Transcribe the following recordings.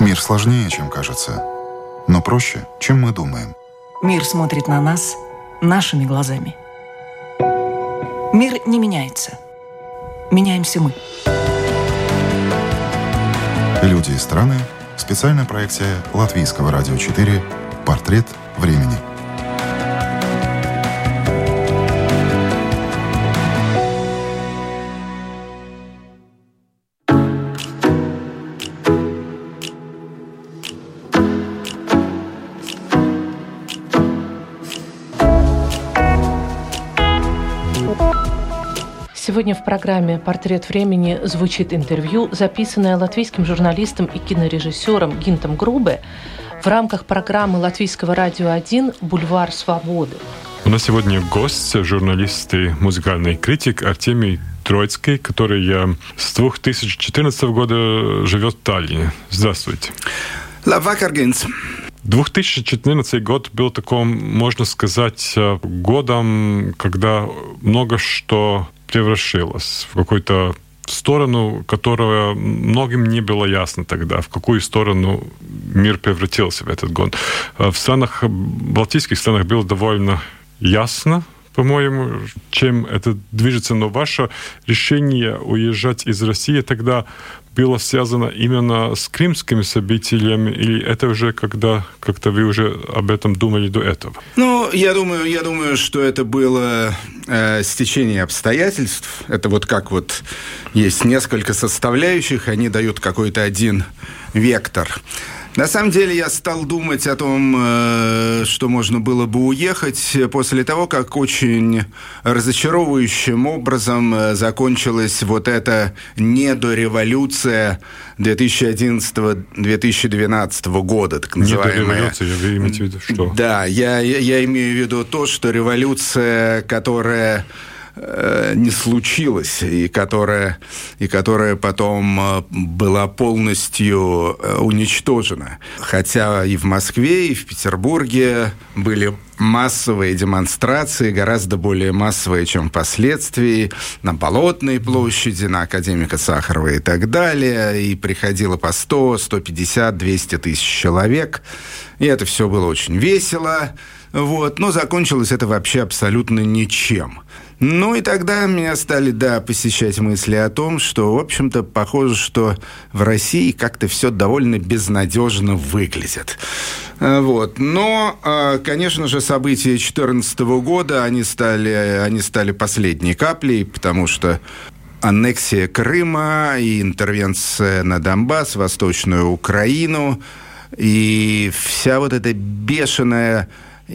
Мир сложнее, чем кажется, но проще, чем мы думаем. Мир смотрит на нас нашими глазами. Мир не меняется. Меняемся мы. Люди и страны. Специальная проекция Латвийского радио 4 «Портрет времени». Сегодня в программе «Портрет времени» звучит интервью, записанное латвийским журналистом и кинорежиссером Гинтом Грубе в рамках программы Латвийского радио 1 «Бульвар свободы». У нас сегодня гость, журналист и музыкальный критик Артемий Троицкий, который с 2014 года живет в Таллине. Здравствуйте. Labvakar, Gins. 2014 год был таким, можно сказать, годом, когда много что превратилось в какую-то сторону, которая многим не было ясно тогда, в какую сторону мир превратился в этот год. В странах, балтийских странах было довольно ясно, по-моему, чем это движется, но ваше решение уезжать из России тогда было связано именно с крымскими событиями, или это уже когда как-то вы уже об этом думали до этого? Я думаю, что это было стечение обстоятельств. Это есть несколько составляющих, они дают какой-то один вектор. На самом деле я стал думать о том, что можно было бы уехать после того, как очень разочаровывающим образом закончилась вот эта недореволюция 2011-2012 года, так называемая. Недореволюция, вы имеете в виду что? Да, я имею в виду то, что революция, которая не случилось, и которая потом была полностью уничтожена. Хотя и в Москве, и в Петербурге были массовые демонстрации, гораздо более массовые, чем впоследствии, на Болотной площади, на Академика Сахарова и так далее. И приходило по 100, 150, 200 тысяч человек. И это все было очень весело. Но закончилось это вообще абсолютно ничем. И тогда меня стали, посещать мысли о том, что, в общем-то, похоже, что в России как-то все довольно безнадежно выглядит. Но, конечно же, события 2014 года, они стали последней каплей, потому что аннексия Крыма и интервенция на Донбасс, Восточную Украину, и вся вот эта бешеная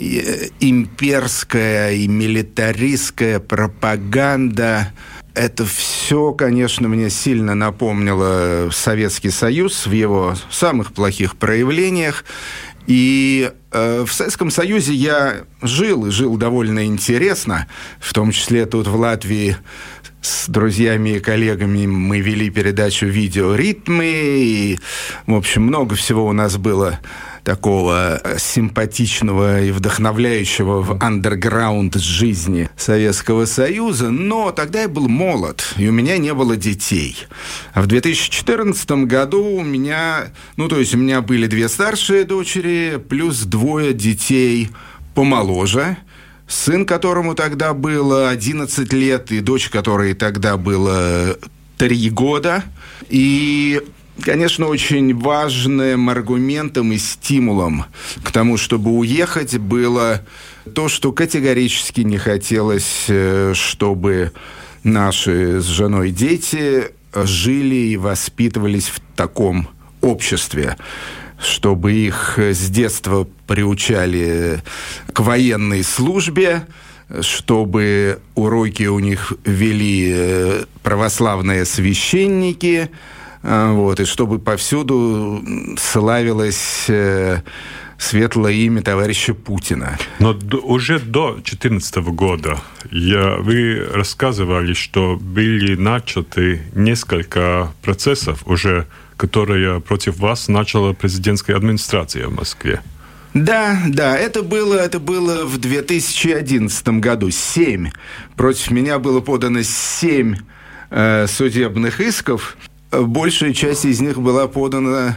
имперская и милитаристская пропаганда. Это все, конечно, мне сильно напомнило Советский Союз в его самых плохих проявлениях. И в Советском Союзе я жил довольно интересно, в том числе тут в Латвии с друзьями и коллегами мы вели передачу «Видеоритмы», и, в общем, много всего у нас было такого симпатичного и вдохновляющего в андерграунд жизни Советского Союза, но тогда я был молод, и у меня не было детей. А в 2014 году у меня были 2 старшие дочери, плюс 2 детей помоложе, сын которому тогда было 11 лет, и дочь которой тогда было 3 года, и конечно, очень важным аргументом и стимулом к тому, чтобы уехать, было то, что категорически не хотелось, чтобы наши с женой дети жили и воспитывались в таком обществе, чтобы их с детства приучали к военной службе, чтобы уроки у них вели православные священники, и чтобы повсюду славилось светлое имя товарища Путина. Но уже до 2014 года вы рассказывали, что были начаты несколько процессов уже, которые против вас начала президентская администрация в Москве. Да, это было в 2011 году. Против меня было подано 7 судебных исков. Большая часть из них была подана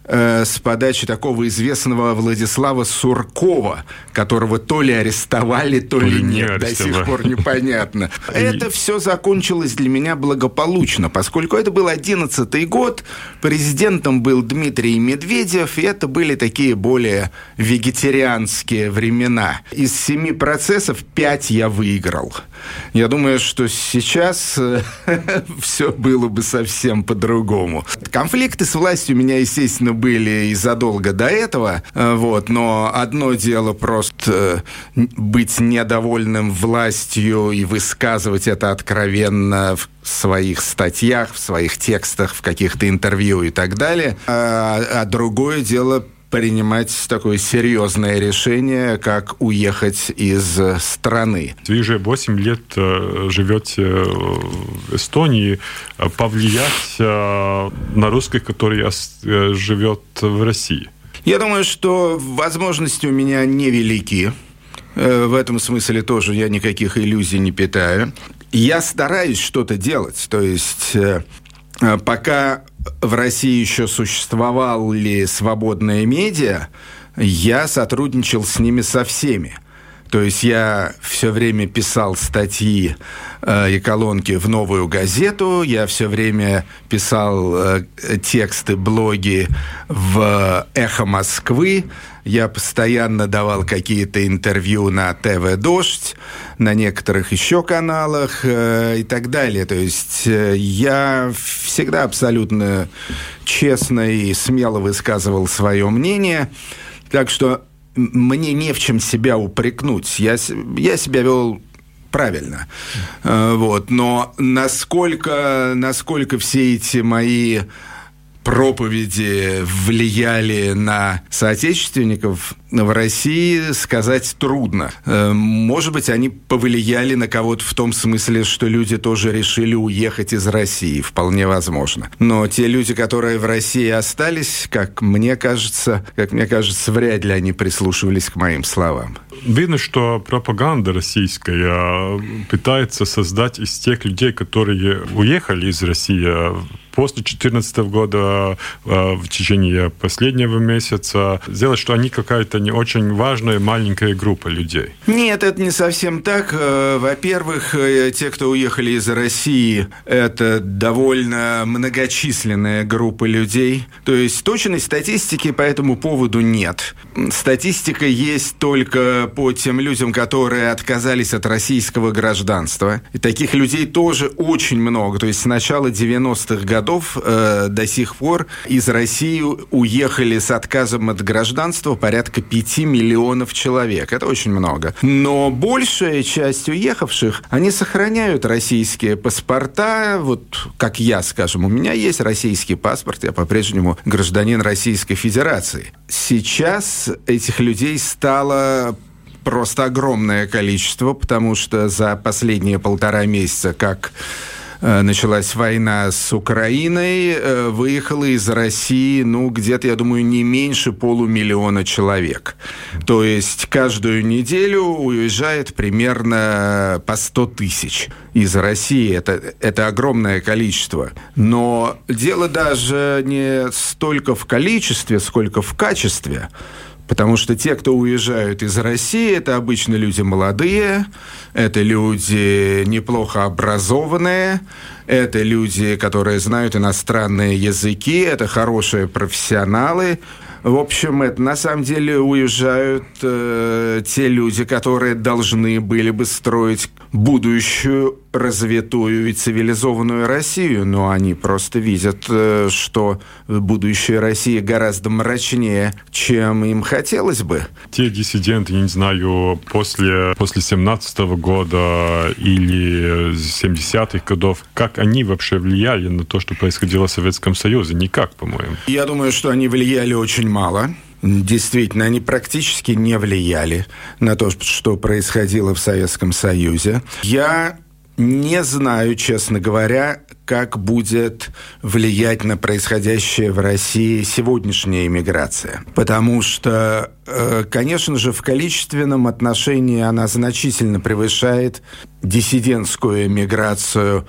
с подачи такого известного Владислава Суркова, которого то ли арестовали, то ли нет, до сих пор непонятно. Это все закончилось для меня благополучно, поскольку это был 2011 год, президентом был Дмитрий Медведев, и это были такие более вегетарианские времена. Из 7 процессов 5 я выиграл. Я думаю, что сейчас все было бы совсем по-другому. Конфликты с властью у меня, естественно, были и задолго до этого, но одно дело просто быть недовольным властью и высказывать это откровенно в своих статьях, в своих текстах, в каких-то интервью и так далее, а другое дело принимать такое серьезное решение, как уехать из страны. Вы уже 8 лет живете в Эстонии. Повлиять на русских, которые живет в России? Я думаю, что возможности у меня невелики. В этом смысле тоже я никаких иллюзий не питаю. Я стараюсь что-то делать. То есть пока в России еще существовали свободные медиа, я сотрудничал с ними со всеми. То есть я все время писал статьи и колонки в «Новую газету», я все время писал тексты, блоги в «Эхо Москвы», я постоянно давал какие-то интервью на ТВ «Дождь», на некоторых еще каналах и так далее. То есть я всегда абсолютно честно и смело высказывал свое мнение. Так что мне не в чем себя упрекнуть. Я себя вел правильно. Но насколько все эти мои проповеди влияли на соотечественников в России, сказать трудно. Может быть, они повлияли на кого-то в том смысле, что люди тоже решили уехать из России. Вполне возможно. Но те люди, которые в России остались, как мне кажется, вряд ли они прислушивались к моим словам. Видно, что пропаганда российская пытается создать из тех людей, которые уехали из России после 2014 года, в течение последнего месяца, сделать, что они какая-то не очень важная маленькая группа людей. Нет, это не совсем так. Во-первых, те, кто уехали из России, это довольно многочисленная группа людей. То есть точной статистики по этому поводу нет. Статистика есть только по тем людям, которые отказались от российского гражданства. И таких людей тоже очень много. То есть с начала 90-х годов до сих пор из России уехали с отказом от гражданства порядка 5 миллионов человек. Это очень много. Но большая часть уехавших, они сохраняют российские паспорта. Вот как я, скажем, у меня есть российский паспорт, я по-прежнему гражданин Российской Федерации. Сейчас этих людей стало просто огромное количество, потому что за последние 1,5 месяца, как началась война с Украиной, выехало из России, где-то, я думаю, не меньше 500 000 человек. То есть каждую неделю уезжает примерно по 100 000 из России. Это огромное количество. Но дело даже не столько в количестве, сколько в качестве. Потому что те, кто уезжают из России, это обычно люди молодые, это люди неплохо образованные, это люди, которые знают иностранные языки, это хорошие профессионалы. В общем, это на самом деле уезжают те люди, которые должны были бы строить будущую, развитую и цивилизованную Россию, но они просто видят, что будущее России гораздо мрачнее, чем им хотелось бы. Те диссиденты, не знаю, после 17 года или 70-х годов, как они вообще влияли на то, что происходило в Советском Союзе? Никак, по-моему. Я думаю, что они влияли очень мало. Действительно, они практически не влияли на то, что происходило в Советском Союзе. Я не знаю, честно говоря, как будет влиять на происходящее в России сегодняшняя иммиграция. Потому что, конечно же, в количественном отношении она значительно превышает диссидентскую миграцию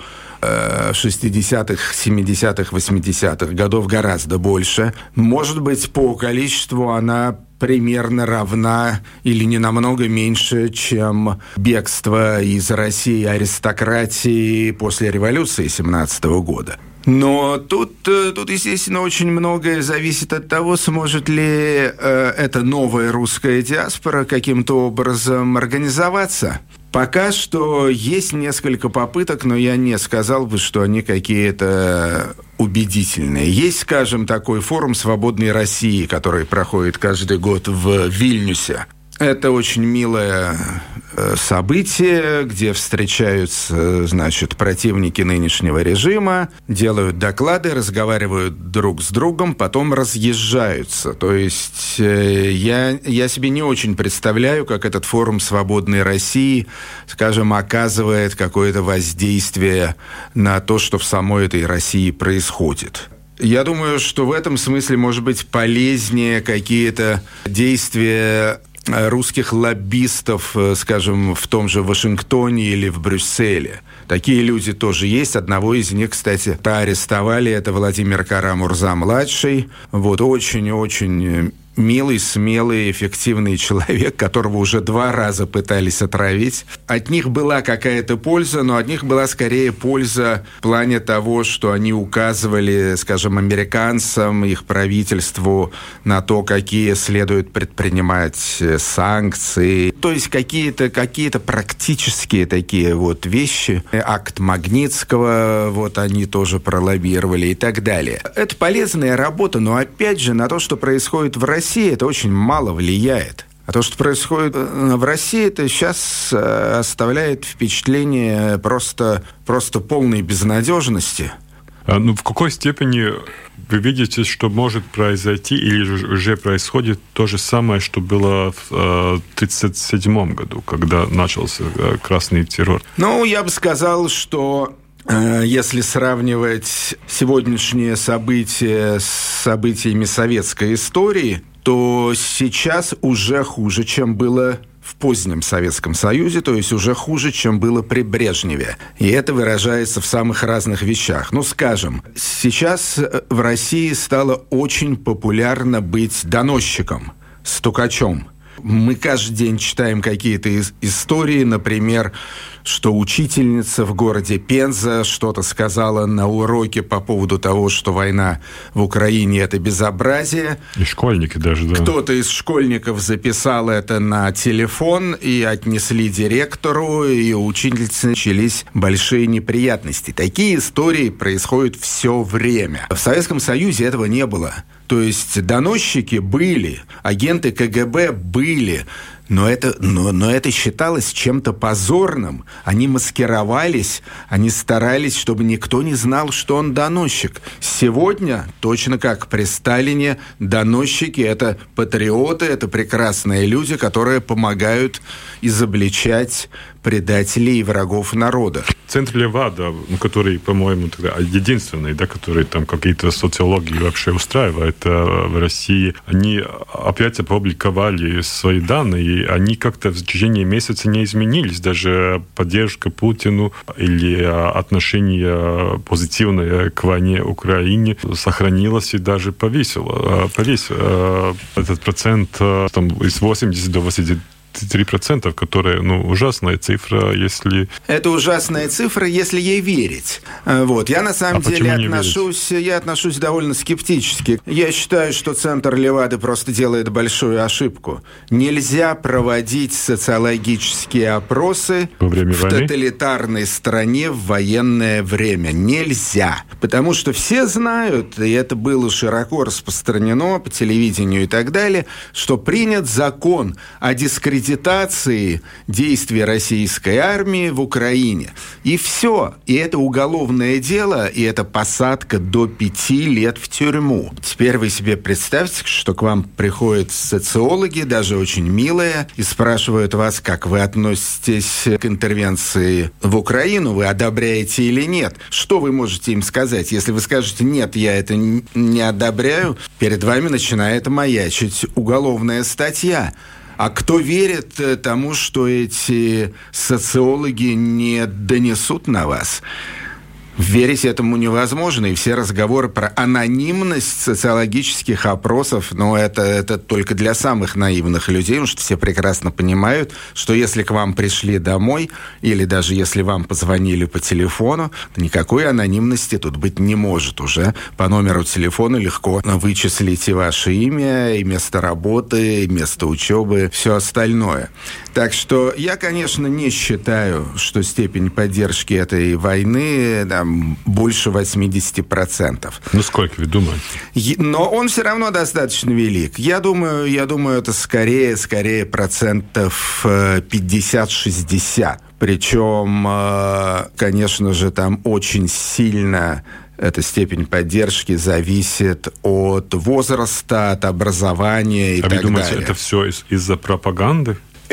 60-х, 70-х, 80-х годов, гораздо больше. Может быть, по количеству она примерно равна или не намного меньше, чем бегство из России аристократии после революции 17 года. Но тут, естественно, очень многое зависит от того, сможет ли эта новая русская диаспора каким-то образом организоваться. Пока что есть несколько попыток, но я не сказал бы, что они какие-то убедительные. Есть, скажем, такой форум «Свободной России», который проходит каждый год в Вильнюсе. Это очень милое событие, где встречаются, значит, противники нынешнего режима, делают доклады, разговаривают друг с другом, потом разъезжаются. То есть я себе не очень представляю, как этот форум «Свободной России», скажем, оказывает какое-то воздействие на то, что в самой этой России происходит. Я думаю, что в этом смысле, может быть, полезнее какие-то действия русских лоббистов, скажем, в том же Вашингтоне или в Брюсселе. Такие люди тоже есть. Одного из них, кстати, арестовали. Это Владимир Кара-Мурза-младший. Вот очень-очень милый, смелый, эффективный человек, которого уже 2 раза пытались отравить. От них была какая-то польза, но от них была скорее польза в плане того, что они указывали, скажем, американцам, их правительству на то, какие следует предпринимать санкции. То есть какие-то практические такие вот вещи. Акт Магнитского, вот они тоже пролоббировали и так далее. Это полезная работа, но опять же на то, что происходит в России, это очень мало влияет. А то, что происходит в России, это сейчас оставляет впечатление просто полной безнадежности. Ну, в какой степени вы видите, что может произойти или уже происходит то же самое, что было в 1937 году, когда начался красный террор? Ну, я бы сказал, что если сравнивать сегодняшние события с событиями советской истории, то сейчас уже хуже, чем было в позднем Советском Союзе, то есть уже хуже, чем было при Брежневе. И это выражается в самых разных вещах. Ну, скажем, сейчас в России стало очень популярно быть доносчиком, стукачом. Мы каждый день читаем какие-то истории, например, что учительница в городе Пенза что-то сказала на уроке по поводу того, что война в Украине – это безобразие. И школьники даже, да. Кто-то из школьников записал это на телефон и отнесли директору, и у учительницы начались большие неприятности. Такие истории происходят все время. В Советском Союзе этого не было. То есть доносчики были, агенты КГБ были, но это считалось чем-то позорным. Они маскировались, они старались, чтобы никто не знал, что он доносчик. Сегодня, точно как при Сталине, доносчики – это патриоты, это прекрасные люди, которые помогают изобличать предателей и врагов народа. Центр Левада, который, по-моему, тогда единственный, да, который там какие-то социологии вообще устраивает в России, они опять опубликовали свои данные, и они как-то в течение месяца не изменились. Даже поддержка Путину или отношение позитивное к войне в Украине сохранилось и даже повесило. Этот процент там, из 80 до 83%, которые, ужасная цифра, если... Это ужасная цифра, если ей верить. Вот. Я на самом деле отношусь довольно скептически. Я считаю, что Центр Левады просто делает большую ошибку. Нельзя проводить социологические опросы в тоталитарной стране в военное время. Нельзя. Потому что все знают, и это было широко распространено по телевидению и так далее, что принят закон о дискредитации дискредитации действий российской армии в Украине. И все. И это уголовное дело, и это посадка до 5 лет в тюрьму. Теперь вы себе представьте, что к вам приходят социологи, даже очень милые, и спрашивают вас, как вы относитесь к интервенции в Украину, вы одобряете или нет. Что вы можете им сказать? Если вы скажете «нет, я это не одобряю», перед вами начинает маячить уголовная статья. А кто верит тому, что эти социологи не донесут на вас? Верить этому невозможно, и все разговоры про анонимность социологических опросов, это только для самых наивных людей, потому что все прекрасно понимают, что если к вам пришли домой, или даже если вам позвонили по телефону, то никакой анонимности тут быть не может уже. По номеру телефона легко вычислить и ваше имя, и место работы, и место учебы, все остальное. Так что я, конечно, не считаю, что степень поддержки этой войны больше 80%. Ну, сколько вы думаете? Но он все равно достаточно велик. Я думаю, это скорее 50-60%. Причем, конечно же, там очень сильно эта степень поддержки зависит от возраста, от образования и так далее. А вы думаете, это все из-за пропаганды?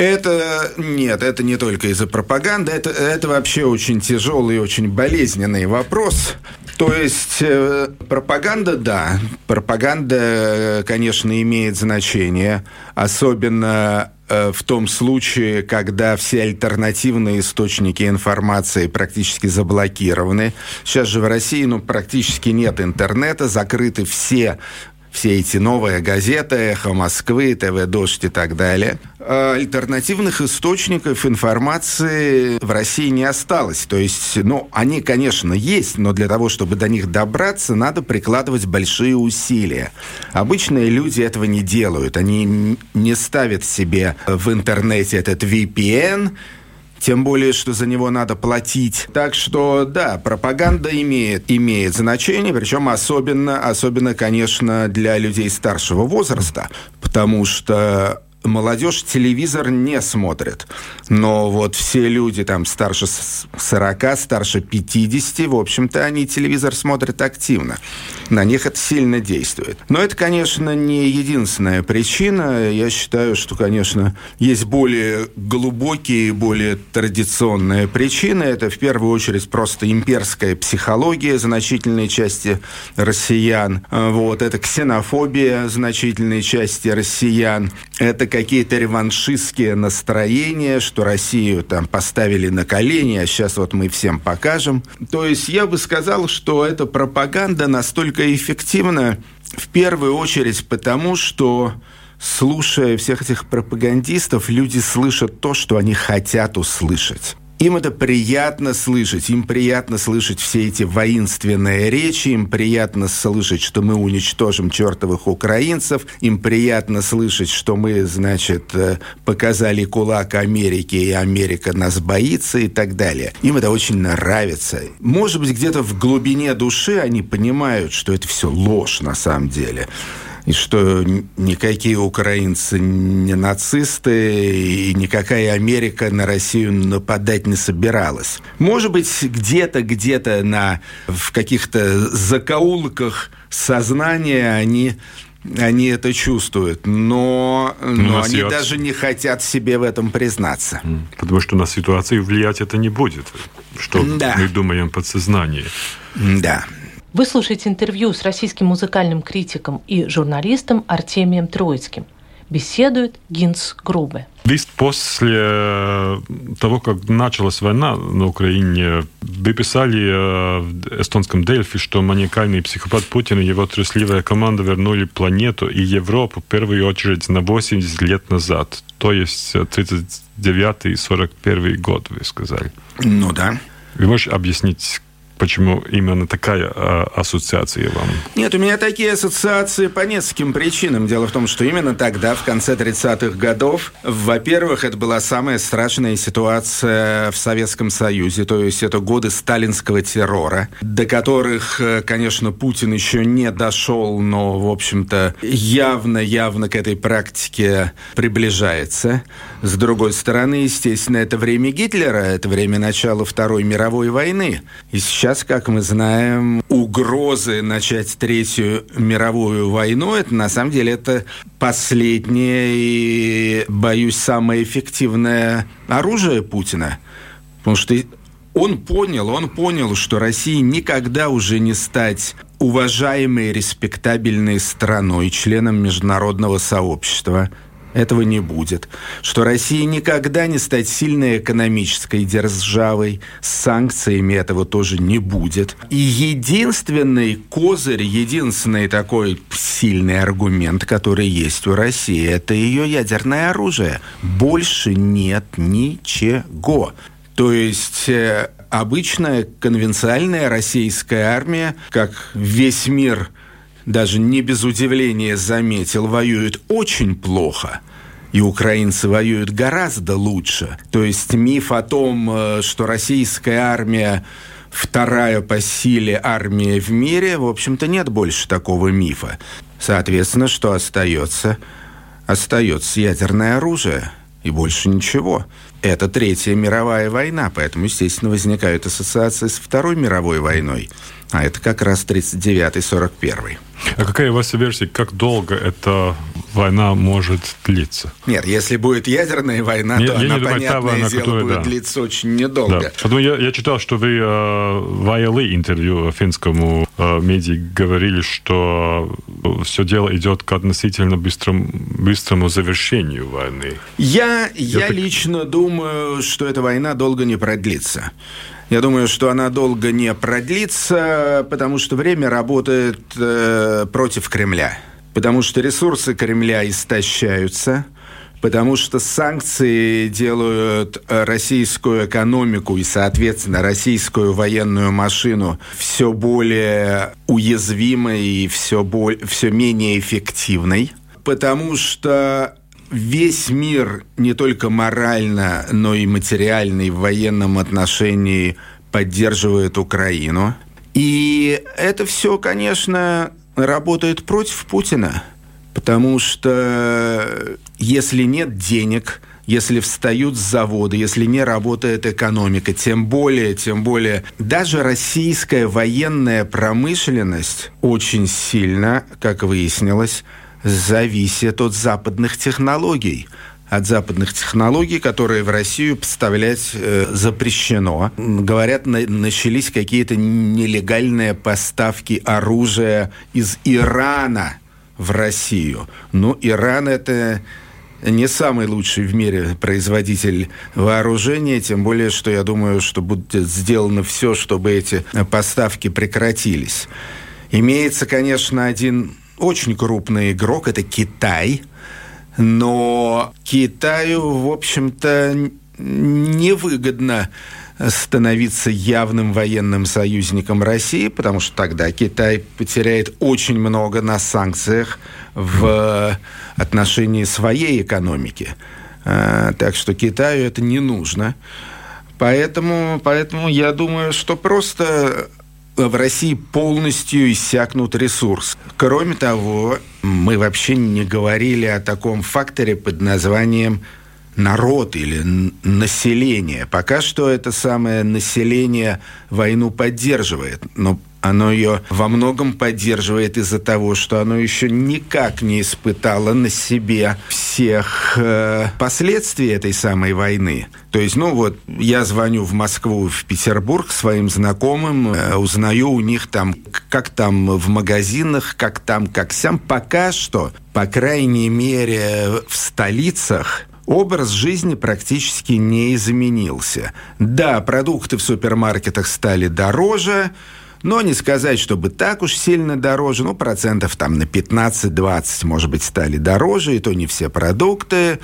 Это не только из-за пропаганды, это вообще очень тяжелый и очень болезненный вопрос. То есть пропаганда, да, пропаганда, конечно, имеет значение, особенно в том случае, когда все альтернативные источники информации практически заблокированы. Сейчас же в России практически нет интернета, закрыты все эти новые газеты, «Эхо Москвы», ТВ «Дождь» и так далее. Альтернативных источников информации в России не осталось. То есть, они, конечно, есть, но для того, чтобы до них добраться, надо прикладывать большие усилия. Обычные люди этого не делают. Они не ставят себе в интернете этот VPN, тем более, что за него надо платить. Так что, да, пропаганда имеет значение, причем особенно, конечно, для людей старшего возраста, потому что молодежь телевизор не смотрит. Но вот все люди там старше 40, старше 50, в общем-то, они телевизор смотрят активно. На них это сильно действует. Но это, конечно, не единственная причина. Я считаю, что, конечно, есть более глубокие, более традиционные причины. Это, в первую очередь, просто имперская психология значительной части россиян. Это ксенофобия значительной части россиян. Это какие-то реваншистские настроения, что Россию там поставили на колени, а сейчас мы всем покажем. То есть я бы сказал, что эта пропаганда настолько эффективна, в первую очередь потому, что, слушая всех этих пропагандистов, люди слышат то, что они хотят услышать. Им это приятно слышать. Им приятно слышать все эти воинственные речи. Им приятно слышать, что мы уничтожим чертовых украинцев. Им приятно слышать, что мы, показали кулак Америке, и Америка нас боится и так далее. Им это очень нравится. Может быть, где-то в глубине души они понимают, что это все ложь на самом деле. И что никакие украинцы не нацисты, и никакая Америка на Россию нападать не собиралась. Может быть, где-то в каких-то закоулках сознания они это чувствуют, но они даже не хотят себе в этом признаться. Потому что на ситуацию влиять это не будет, что мы думаем подсознание. Да. Вы слушаете интервью с российским музыкальным критиком и журналистом Артемием Троицким. Беседует Гинц Грубе. После того, как началась война на Украине, вы писали в эстонском Дельфи, что маниакальный психопат Путин и его трусливая команда вернули планету и Европу в первую очередь на 80 лет назад. То есть 39 и 41 год, вы сказали. Да. Вы можете объяснить, Почему именно такая ассоциация вам? Нет, у меня такие ассоциации по нескольким причинам. Дело в том, что именно тогда, в конце 30-х годов, во-первых, это была самая страшная ситуация в Советском Союзе, то есть это годы сталинского террора, до которых, конечно, Путин еще не дошел, но, в общем-то, явно к этой практике приближается. С другой стороны, естественно, это время Гитлера, это время начала Второй мировой войны. И сейчас, как мы знаем, угрозы начать Третью мировую войну, это на самом деле это последнее и, боюсь, самое эффективное оружие Путина. Потому что он понял, что России никогда уже не стать уважаемой, респектабельной страной, членом международного сообщества. Этого не будет. Что России никогда не стать сильной экономической державой, с санкциями этого тоже не будет. И единственный козырь, единственный такой сильный аргумент, который есть у России, это ее ядерное оружие. Больше нет ничего. То есть обычная конвенциальная российская армия, как весь мир даже не без удивления заметил, воюет очень плохо. И украинцы воюют гораздо лучше. То есть миф о том, что российская армия вторая по силе армия в мире, в общем-то, нет больше такого мифа. Соответственно, что остается? Остается ядерное оружие. И больше ничего. Это Третья мировая война, поэтому, естественно, возникают ассоциации с Второй мировой войной. А это как раз 39-41. А какая у вас версия, как долго эта война может длиться? Нет, если будет ядерная война, то она, понятное дело, будет длиться очень недолго. Да. Я читал, что вы в ILE интервью финскому медиа говорили, что все дело идет к относительно быстрому завершению войны. Я лично думаю, что эта война долго не продлится. Я думаю, что она долго не продлится, потому что время работает против Кремля. Потому что ресурсы Кремля истощаются, потому что санкции делают российскую экономику и, соответственно, российскую военную машину все более уязвимой и все менее эффективной. Потому что весь мир не только морально, но и материально и в военном отношении поддерживает Украину. И это все, конечно, работает против Путина, потому что если нет денег, если встают заводы, если не работает экономика, тем более, даже российская военная промышленность очень сильно, как выяснилось, зависит от западных технологий. От западных технологий, которые в Россию поставлять запрещено. Говорят, начались какие-то нелегальные поставки оружия из Ирана в Россию. Но Иран – это не самый лучший в мире производитель вооружения, тем более, что я думаю, что будет сделано все, чтобы эти поставки прекратились. Имеется, конечно, один очень крупный игрок – это Китай. Но Китаю, в общем-то, невыгодно становиться явным военным союзником России, потому что тогда Китай потеряет очень много на санкциях в отношении своей экономики. Так что Китаю это не нужно. Поэтому я думаю, что просто в России полностью иссякнут ресурсы. Кроме того, мы вообще не говорили о таком факторе под названием народ или население. Пока что это самое население войну поддерживает, но оно ее во многом поддерживает из-за того, что оно еще никак не испытало на себе всех последствий этой самой войны. То есть, я звоню в Москву, в Петербург своим знакомым, узнаю у них там, как там в магазинах, как там, как сям. Пока что, по крайней мере, в столицах образ жизни практически не изменился. Да, продукты в супермаркетах стали дороже, но не сказать, чтобы так уж сильно дороже. процентов там на 15-20, может быть, стали дороже, и то не все продукты.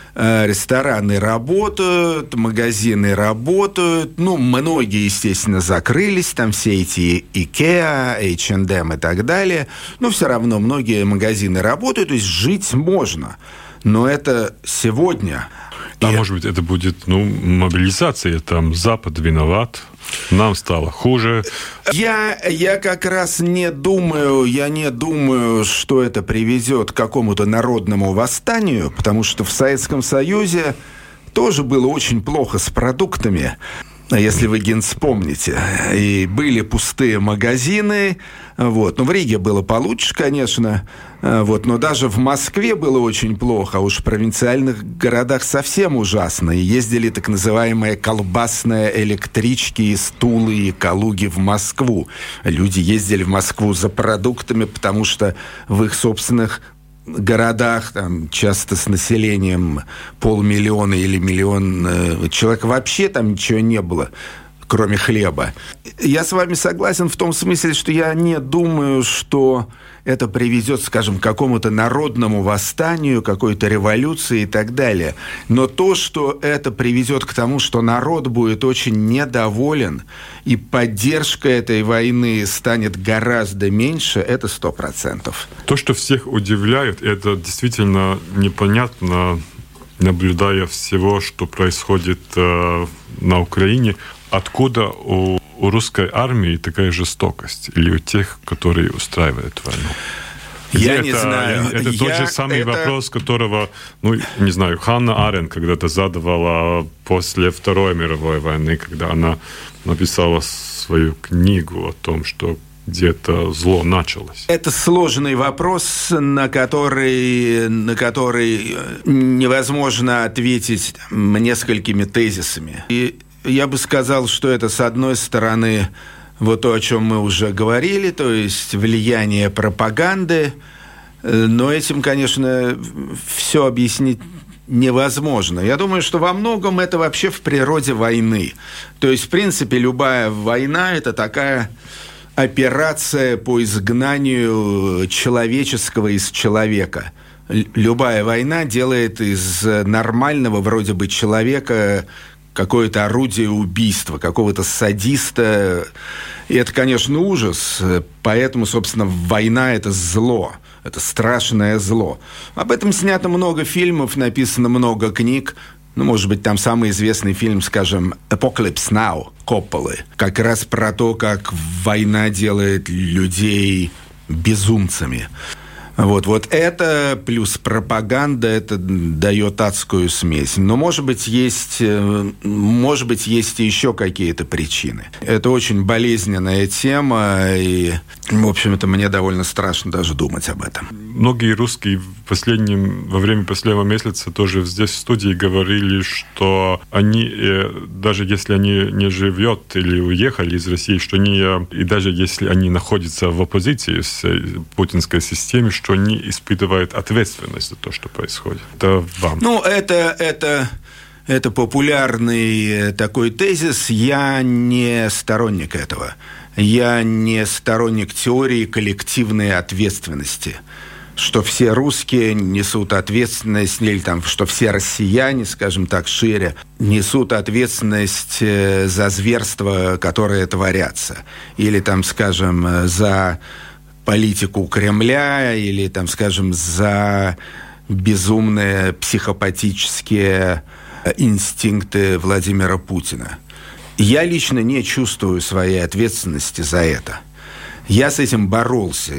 рестораны работают, магазины работают. Ну, многие, естественно, закрылись, там все эти IKEA, H&M и так далее. Но все равно многие магазины работают, то есть жить можно. Но это сегодня. Может быть, это будет мобилизация, там Запад виноват, нам стало хуже. Я как раз не думаю, что это приведет к какому-то народному восстанию, потому что в Советском Союзе тоже было очень плохо с продуктами, если вы, Гин, вспомните. И были пустые магазины. Вот. Ну, в Риге было получше, конечно. Вот. Но даже в Москве было очень плохо. А уж в провинциальных городах совсем ужасно. И ездили так называемые колбасные электрички из Тулы и Калуги в Москву. Люди ездили в Москву за продуктами, потому что в их собственных городах, там, часто с населением 500 000 или 1 000 000 человек, вообще там ничего не было, кроме хлеба. Я с вами согласен в том смысле, что я не думаю, что это приведет, скажем, к какому-то народному восстанию, какой-то революции и так далее. Но то, что это приведет к тому, что народ будет очень недоволен, и поддержка этой войны станет гораздо меньше, это 100%. То, что всех удивляет, это действительно непонятно, наблюдая всего, что происходит на Украине. Откуда у русской армии такая жестокость? Или у тех, которые устраивают войну? Я не знаю. Это тот же самый вопрос, которого, не знаю, Ханна Аренд когда-то задавала после Второй мировой войны, когда она написала свою книгу о том, что где-то зло началось. Это сложный вопрос, на который невозможно ответить несколькими тезисами. И я бы сказал, что это, с одной стороны, вот то, о чем мы уже говорили, то есть влияние пропаганды, но этим, конечно, все объяснить невозможно. Я думаю, что во многом это вообще в природе войны. То есть, в принципе, любая война – это такая операция по изгнанию человеческого из человека. Любая война делает из нормального вроде бы человека какое-то орудие убийства, какого-то садиста. И это, конечно, ужас. Поэтому, собственно, война – это зло. Это страшное зло. Об этом снято много фильмов, написано много книг. Может быть, там самый известный фильм, скажем, «Apocalypse Now» Копполы. Как раз про то, как война делает людей безумцами. Вот это плюс пропаганда, это дает адскую смесь. Но, может быть, есть еще какие-то причины. Это очень болезненная тема, и, в общем-то, мне довольно страшно даже думать об этом. Многие русские во время последнего месяца тоже здесь в студии говорили, что они, даже если они не живут или уехали из России, что они, и даже если они находятся в оппозиции с путинской системе, что они испытывают ответственность за то, что происходит. Это вам. Это популярный такой тезис. Я не сторонник этого. Я не сторонник теории коллективной ответственности. Что все русские несут ответственность, или там, что все россияне, скажем так, шире, несут ответственность за зверства, которые творятся. Или там, скажем, за политику Кремля, или там, скажем, за безумные психопатические инстинкты Владимира Путина. Я лично не чувствую своей ответственности за это. Я с этим боролся.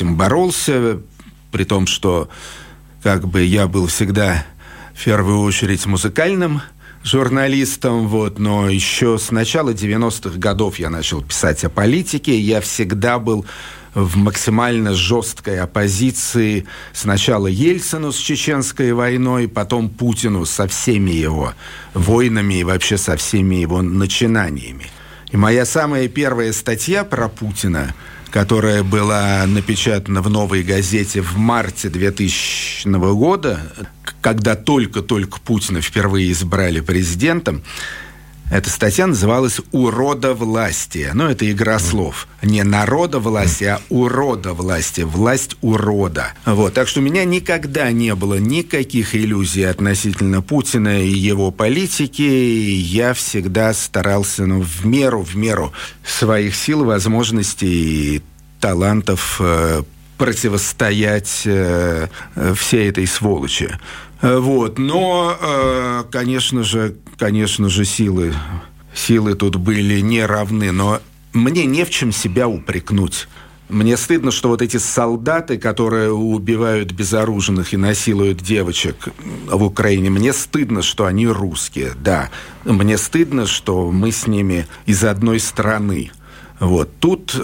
При том, что я был всегда в первую очередь музыкальным журналистом, но еще с начала 90-х годов я начал писать о политике. Я всегда был в максимально жесткой оппозиции сначала Ельцину с чеченской войной, потом Путину со всеми его войнами и вообще со всеми его начинаниями. И моя самая первая статья про Путина, которая была напечатана в «Новой газете» в марте 2000 года, когда только-только Путина впервые избрали президентом, Эта статья называлась «Уродовластие». Ну, это игра слов. Не народовластие, а уродовластие. Власть урода. Вот. Так что у меня никогда не было никаких иллюзий относительно Путина и его политики. Я всегда старался, в меру своих сил, возможностей и талантов противостоять всей этой сволочи. Вот. Но, конечно же, силы тут были не равны. Но мне не в чем себя упрекнуть. Мне стыдно, что вот эти солдаты, которые убивают безоружных и насилуют девочек в Украине, мне стыдно, что они русские. Да, мне стыдно, что мы с ними из одной страны. Вот. Тут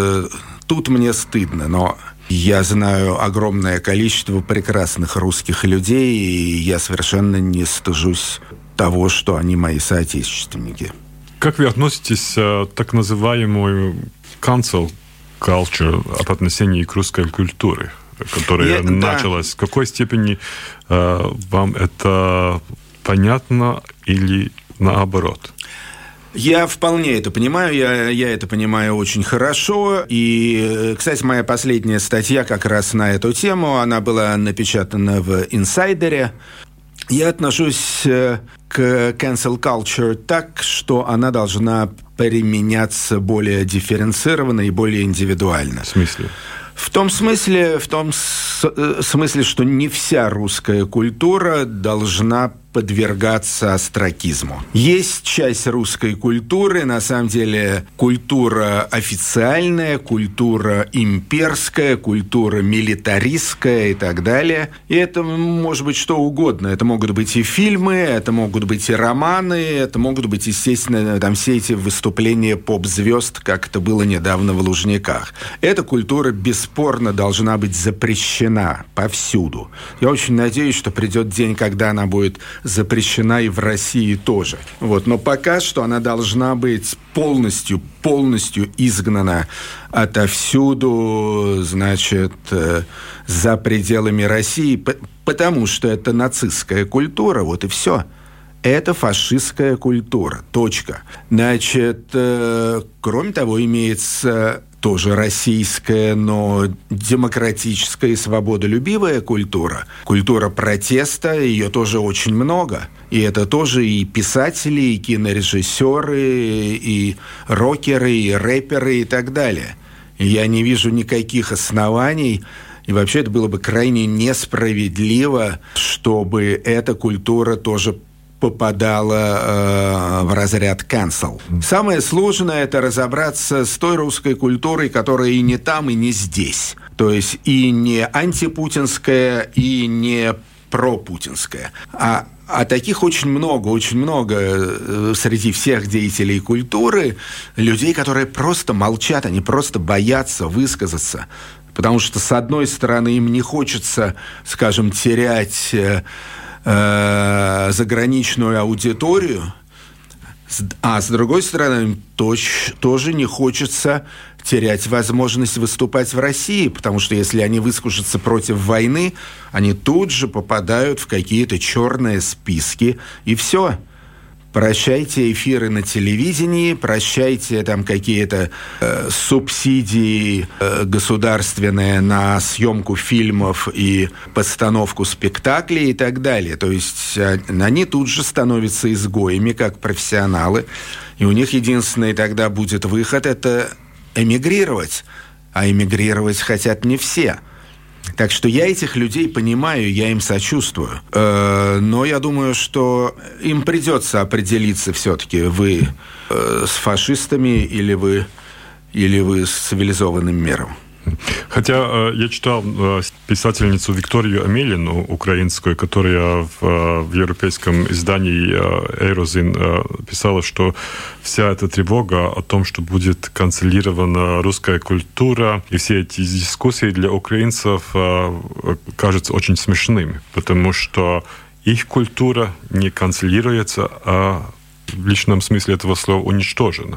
мне стыдно, но я знаю огромное количество прекрасных русских людей, и я совершенно не стыжусь того, что они мои соотечественники. Как вы относитесь к так называемой cancel culture от отношения к русской культуре, которая началась? В какой степени вам это понятно или наоборот? Я вполне это понимаю, я это понимаю очень хорошо. И, кстати, моя последняя статья как раз на эту тему, она была напечатана в «Инсайдере». Я отношусь к cancel culture так, что она должна применяться более дифференцированно и более индивидуально. В смысле? В том смысле, что не вся русская культура должна подвергаться остракизму. Есть часть русской культуры, на самом деле, культура официальная, культура имперская, культура милитаристская и так далее. И это может быть что угодно. Это могут быть и фильмы, это могут быть и романы, это могут быть, естественно, там все эти выступления поп-звезд, как это было недавно в Лужниках. Эта культура бесспорно должна быть запрещена повсюду. Я очень надеюсь, что придет день, когда она будет запрещена и в России тоже. Вот. Но пока что она должна быть полностью изгнана отовсюду, значит, за пределами России, потому что это нацистская культура, вот и все. Это фашистская культура. Точка. Значит, кроме того, имеется тоже российская, но демократическая и свободолюбивая культура. Культура протеста, ее тоже очень много. И это тоже и писатели, и кинорежиссеры, и рокеры, и рэперы, и так далее. И я не вижу никаких оснований, и вообще это было бы крайне несправедливо, чтобы эта культура тоже попадала в разряд cancel. Самое сложное – это разобраться с той русской культурой, которая и не там, и не здесь. То есть и не антипутинская, и не пропутинская. А таких очень много среди всех деятелей культуры, людей, которые просто молчат, они просто боятся высказаться. Потому что, с одной стороны, им не хочется, скажем, терять заграничную аудиторию, а с другой стороны, тоже не хочется терять возможность выступать в России, потому что если они выскажутся против войны, они тут же попадают в какие-то черные списки, и все. Прощайте эфиры на телевидении, прощайте там какие-то субсидии государственные на съемку фильмов и постановку спектаклей и так далее. То есть они тут же становятся изгоями, как профессионалы, и у них единственный тогда будет выход – это эмигрировать. А эмигрировать хотят не все. Так что я этих людей понимаю, я им сочувствую. Но я думаю, что им придется определиться все-таки, вы с фашистами или вы с цивилизованным миром. Хотя я читал писательницу Викторию Амелину, украинскую, которая в европейском издании «Эйрозин» писала, что вся эта тревога о том, что будет канцелирована русская культура, и все эти дискуссии для украинцев кажутся очень смешными, потому что их культура не канцелируется, а в личном смысле этого слова уничтожена.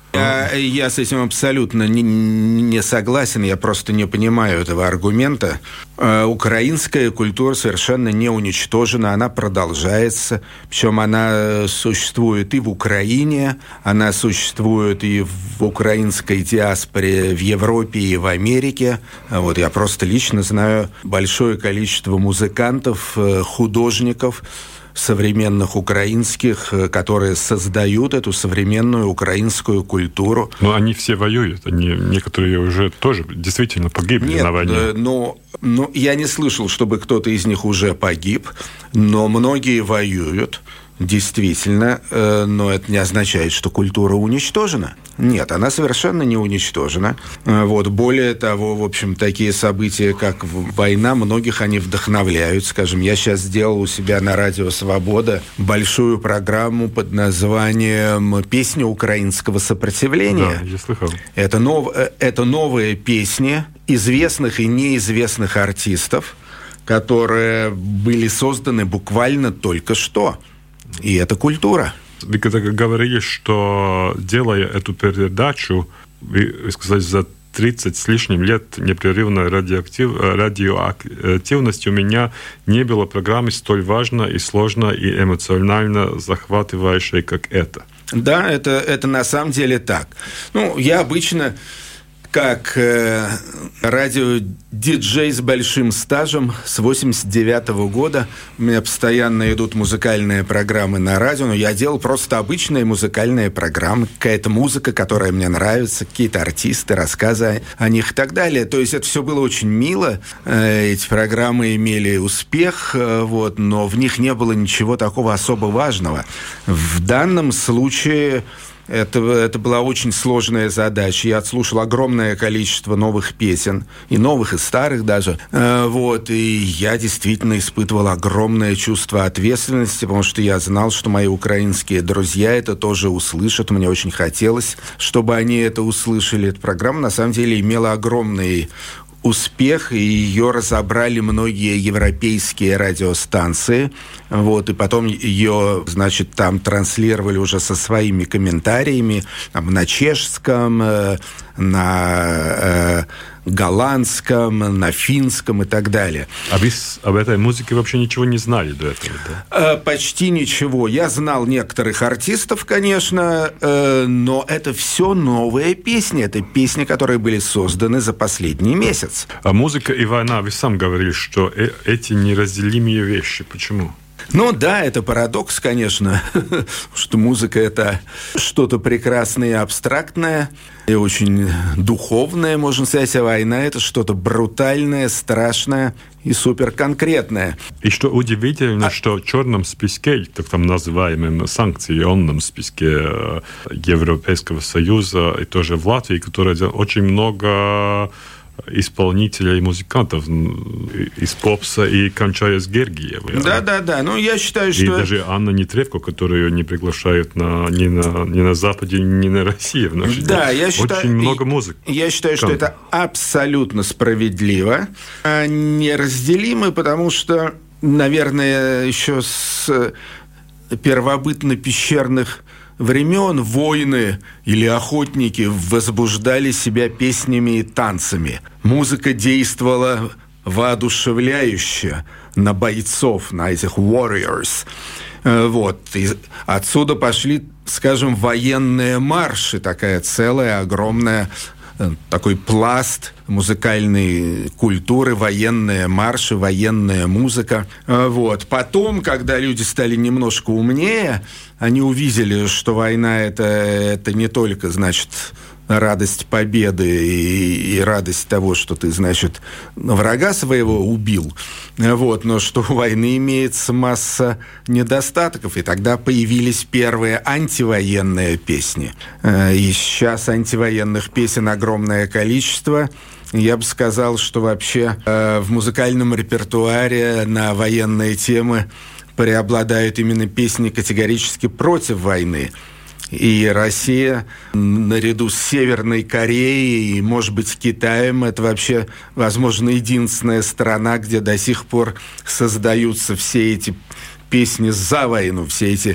Я с этим абсолютно не согласен, я просто не понимаю этого аргумента. Украинская культура совершенно не уничтожена, она продолжается, причем она существует и в Украине, она существует и в украинской диаспоре в Европе и в Америке. Вот я просто лично знаю большое количество музыкантов, художников, современных украинских, которые создают эту современную украинскую культуру. Но они все воюют, некоторые уже тоже действительно погибли на войне. Но я не слышал, чтобы кто-то из них уже погиб, но многие воюют. Действительно, но это не означает, что культура уничтожена. Нет, она совершенно не уничтожена. Вот. Более того, в общем, такие события, как война, многих они вдохновляют. Скажем, я сейчас сделал у себя на радио «Свобода» большую программу под названием «Песни украинского сопротивления». Да, я слыхал. Это новые песни известных и неизвестных артистов, которые были созданы буквально только что. И это культура. Вы когда говорили, что делая эту передачу, вы сказали, за 30 с лишним лет непрерывной радиоактивности у меня не было программы столь важной и сложной и эмоционально захватывающей, как эта. Да, это на самом деле так. Я обычно как радиодиджей с большим стажем с 89-го года. У меня постоянно идут музыкальные программы на радио, но я делал просто обычные музыкальные программы. Какая-то музыка, которая мне нравится, какие-то артисты, рассказы о них и так далее. То есть это все было очень мило. Эти программы имели успех, но в них не было ничего такого особо важного. В данном случае это была очень сложная задача. Я отслушал огромное количество новых песен, и новых, и старых даже. И я действительно испытывал огромное чувство ответственности, потому что я знал, что мои украинские друзья это тоже услышат. Мне очень хотелось, чтобы они это услышали. Эта программа, на самом деле, имела огромный успех, и ее разобрали многие европейские радиостанции. И потом ее, там транслировали уже со своими комментариями на чешском, на голландском, на финском и так далее. А вы об этой музыке вообще ничего не знали до этого, да? Почти ничего. Я знал некоторых артистов, конечно, но это все новые песни. Это песни, которые были созданы за последний месяц. А музыка и война, вы сам говорили, что эти неразделимые вещи. Почему? Да, это парадокс, конечно, что музыка – это что-то прекрасное и абстрактное, и очень духовное, можно сказать, а война – это что-то брутальное, страшное и суперконкретное. И что удивительно, что в черном списке, так там называемом санкционном списке Европейского Союза и тоже в Латвии, которое очень много исполнителей и музыкантов из попса и кончая с Гергиевой. Да. Я считаю, что... И даже Анна Нетребко, которую не приглашают ни на Западе, ни на России. Я считаю... Очень много музыки. Я считаю, что это абсолютно справедливо. Неразделимы, потому что, наверное, еще с первобытно-пещерных времен воины или охотники возбуждали себя песнями и танцами. Музыка действовала воодушевляюще на бойцов, на этих warriors. И отсюда пошли, скажем, военные марши, такая целая огромная такой пласт музыкальной культуры, военные марши, военная музыка. Потом, когда люди стали немножко умнее, они увидели, что война это не только, радость победы и радость того, что ты, врага своего убил, но что у войны имеется масса недостатков, и тогда появились первые антивоенные песни. И сейчас антивоенных песен огромное количество. Я бы сказал, что вообще в музыкальном репертуаре на военные темы преобладают именно песни категорически против войны. И Россия, наряду с Северной Кореей и, может быть, Китаем, это вообще, возможно, единственная страна, где до сих пор создаются все эти песни за войну, все эти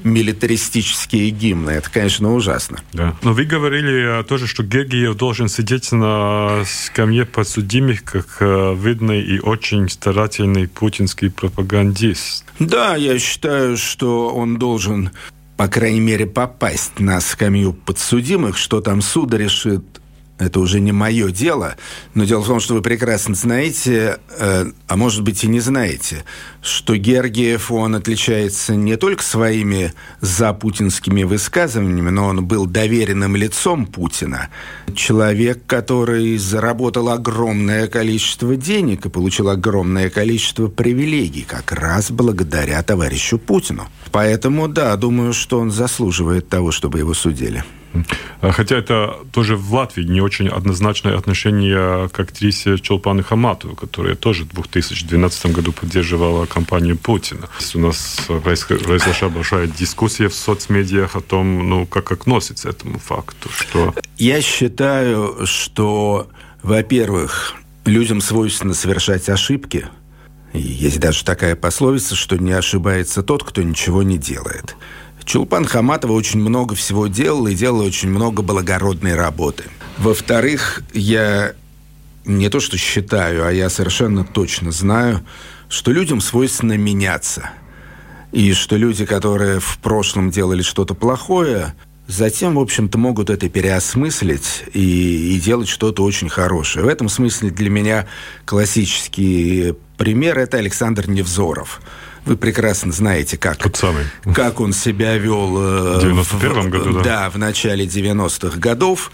милитаристические гимны. Это, конечно, ужасно. Да. Но вы говорили тоже, что Гергиев должен сидеть на скамье подсудимых, как видный и очень старательный путинский пропагандист. Да, я считаю, что он должен, по крайней мере, попасть на скамью подсудимых. Что там суд решит, это уже не мое дело. Но дело в том, что вы прекрасно знаете, а может быть и не знаете, что Гергиев, он отличается не только своими запутинскими высказываниями, но он был доверенным лицом Путина. Человек, который заработал огромное количество денег и получил огромное количество привилегий, как раз благодаря товарищу Путину. Поэтому, да, думаю, что он заслуживает того, чтобы его судили. Хотя это тоже в Латвии не очень однозначное отношение к актрисе Чолпан Хаматовой, которая тоже в 2012 году поддерживала кампанию Путина. У нас произошла большая дискуссия в соцмедиах о том, как относится к этому факту. Что... Я считаю, что, во-первых, людям свойственно совершать ошибки. И есть даже такая пословица, что не ошибается тот, кто ничего не делает. Чулпан Хаматова очень много всего делала и делала очень много благородной работы. Во-вторых, я не то что считаю, а я совершенно точно знаю, что людям свойственно меняться. И что люди, которые в прошлом делали что-то плохое, затем, в общем-то, могут это переосмыслить и делать что-то очень хорошее. В этом смысле для меня классический пример – это Александр Невзоров. Вы прекрасно знаете, как он себя вел в 91-м году, да, в начале 90-х годов.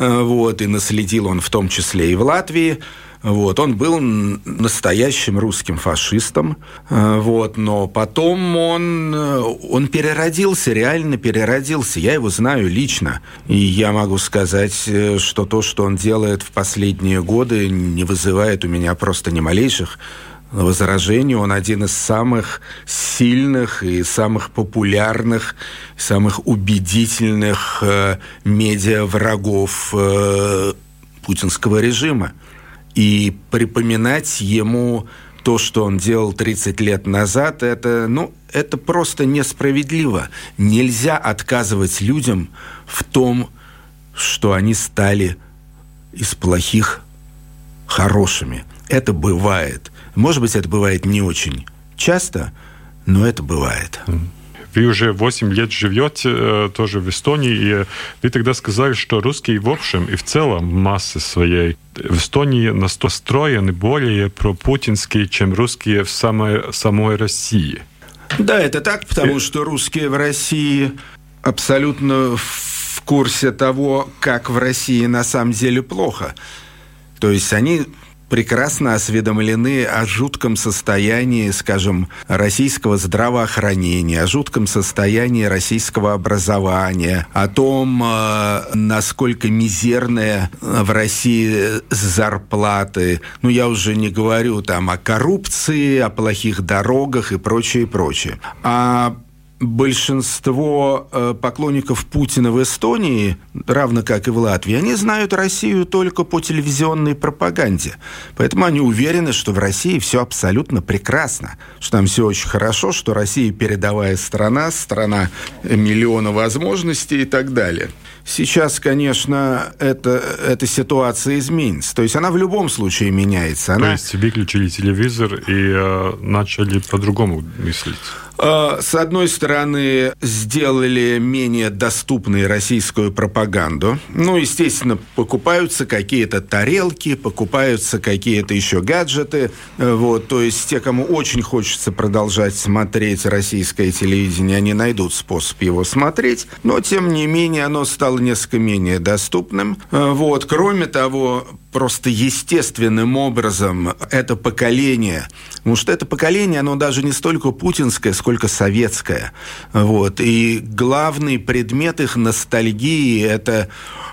И наследил он в том числе и в Латвии. Он был настоящим русским фашистом. Но потом он переродился, реально переродился. Я его знаю лично. И я могу сказать, что то, что он делает в последние годы, не вызывает у меня просто ни малейших возражений. Он один из самых сильных и самых популярных, самых убедительных медиаврагов путинского режима. И припоминать ему то, что он делал 30 лет назад, это просто несправедливо. Нельзя отказывать людям в том, что они стали из плохих хорошими. Это бывает. Может быть, это бывает не очень часто, но это бывает. Вы уже 8 лет живете тоже в Эстонии, и вы тогда сказали, что русские в общем и в целом в массе своей в Эстонии настроены более пропутинские, чем русские в самой России. Да, это так, потому что русские в России абсолютно в курсе того, как в России на самом деле плохо. То есть они прекрасно осведомлены о жутком состоянии, скажем, российского здравоохранения, о жутком состоянии российского образования, о том, насколько мизерные в России зарплаты. Я уже не говорю там о коррупции, о плохих дорогах и прочее, прочее. А большинство поклонников Путина в Эстонии, равно как и в Латвии, они знают Россию только по телевизионной пропаганде. Поэтому они уверены, что в России все абсолютно прекрасно, что там все очень хорошо, что Россия передовая страна миллиона возможностей и так далее. Сейчас, конечно, эта ситуация изменится. То есть она в любом случае меняется. То есть выключили телевизор и начали по-другому мыслить? С одной стороны, сделали менее доступной российскую пропаганду. Естественно, покупаются какие-то тарелки, покупаются какие-то еще гаджеты. То есть те, кому очень хочется продолжать смотреть российское телевидение, они найдут способ его смотреть. Но, тем не менее, оно стало несколько менее доступным. Кроме того, просто естественным образом это поколение, потому что это поколение, оно даже не столько путинское, сколько советское. И главный предмет их ностальгии – это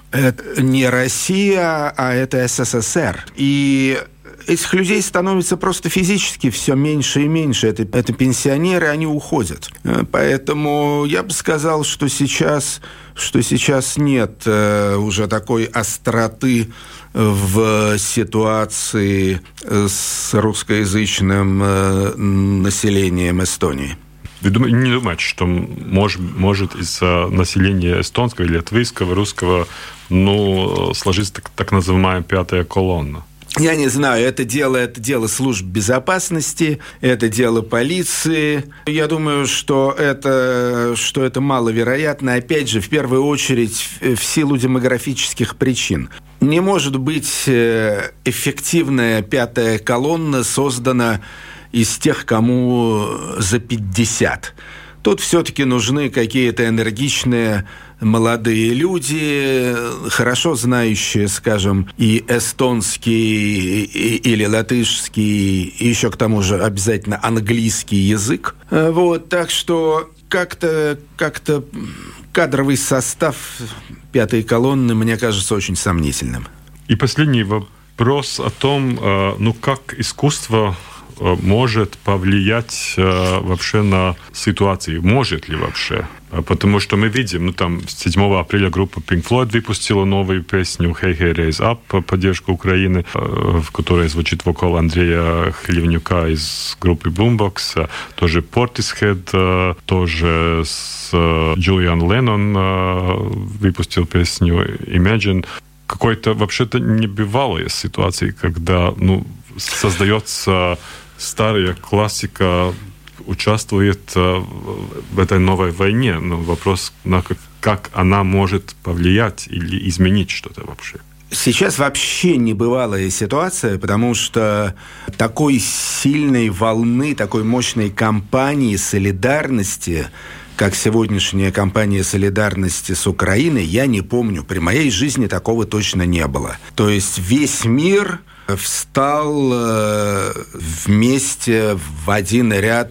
не Россия, а это СССР. И этих людей становится просто физически все меньше и меньше. Это пенсионеры, они уходят. Поэтому я бы сказал, что сейчас нет уже такой остроты в ситуации с русскоязычным населением Эстонии. не думать, что может из населения эстонского или латвийского, русского, сложиться так называемая пятая колонна? Я не знаю, это дело служб безопасности, это дело полиции. Я думаю, что это маловероятно, опять же, в первую очередь, в силу демографических причин. Не может быть эффективная пятая колонна создана из тех, кому за 50. Тут все-таки нужны какие-то энергичные молодые люди, хорошо знающие, скажем, и эстонский, или латышский, и еще к тому же обязательно английский язык. Так что как-то кадровый состав пятой колонны, мне кажется, очень сомнительным. И последний вопрос о том, как искусство может повлиять вообще на ситуацию? Может ли вообще? Потому что мы видим, 7 апреля группа Pink Floyd выпустила новую песню «Hey, hey, raise up» по поддержку Украины, в которой звучит вокал Андрея Хлевнюка из группы Boombox. Тоже Portishead, тоже с Джулиан Леннон выпустил песню «Imagine». Какой-то вообще-то небывалая ситуация, когда создается старая классика, участвует в этой новой войне. Но вопрос, как она может повлиять или изменить что-то вообще. Сейчас вообще небывалая ситуация, потому что такой сильной волны, такой мощной кампании солидарности, как сегодняшняя кампания солидарности с Украиной, я не помню. При моей жизни такого точно не было. То есть весь мир встал вместе в один ряд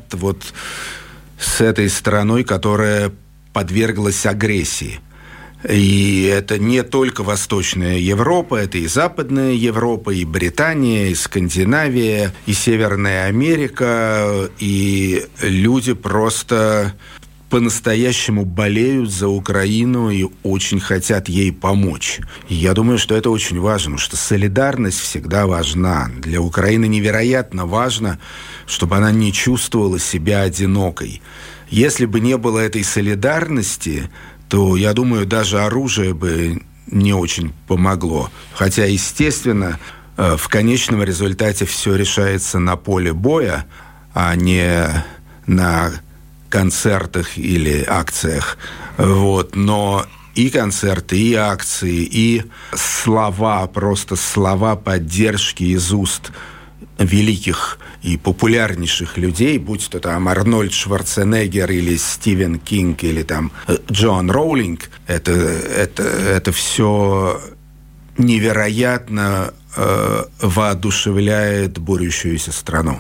с этой страной, которая подверглась агрессии. И это не только Восточная Европа, это и Западная Европа, и Британия, и Скандинавия, и Северная Америка, и люди просто по-настоящему болеют за Украину и очень хотят ей помочь. И я думаю, что это очень важно, потому что солидарность всегда важна. Для Украины невероятно важно, чтобы она не чувствовала себя одинокой. Если бы не было этой солидарности, то, я думаю, даже оружие бы не очень помогло. Хотя, естественно, в конечном результате все решается на поле боя, а не на концертах или акциях. Но и концерты, и акции, и просто слова поддержки из уст великих и популярнейших людей, будь то там Арнольд Шварценеггер или Стивен Кинг или там Джон Роулинг, это все невероятно воодушевляет борющуюся страну.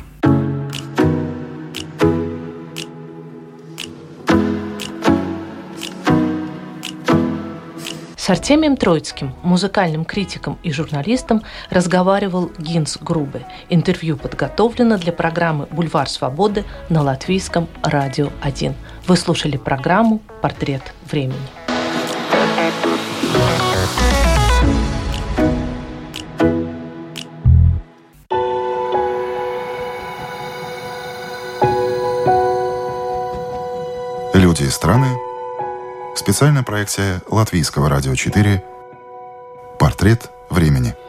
С Артемием Троицким, музыкальным критиком и журналистом, разговаривал Гинс Грубе. Интервью подготовлено для программы «Бульвар Свободы» на Латвийском радио 1. Вы слушали программу «Портрет времени». Люди и страны. Специальная проекция Латвийского радио 4 «Портрет времени».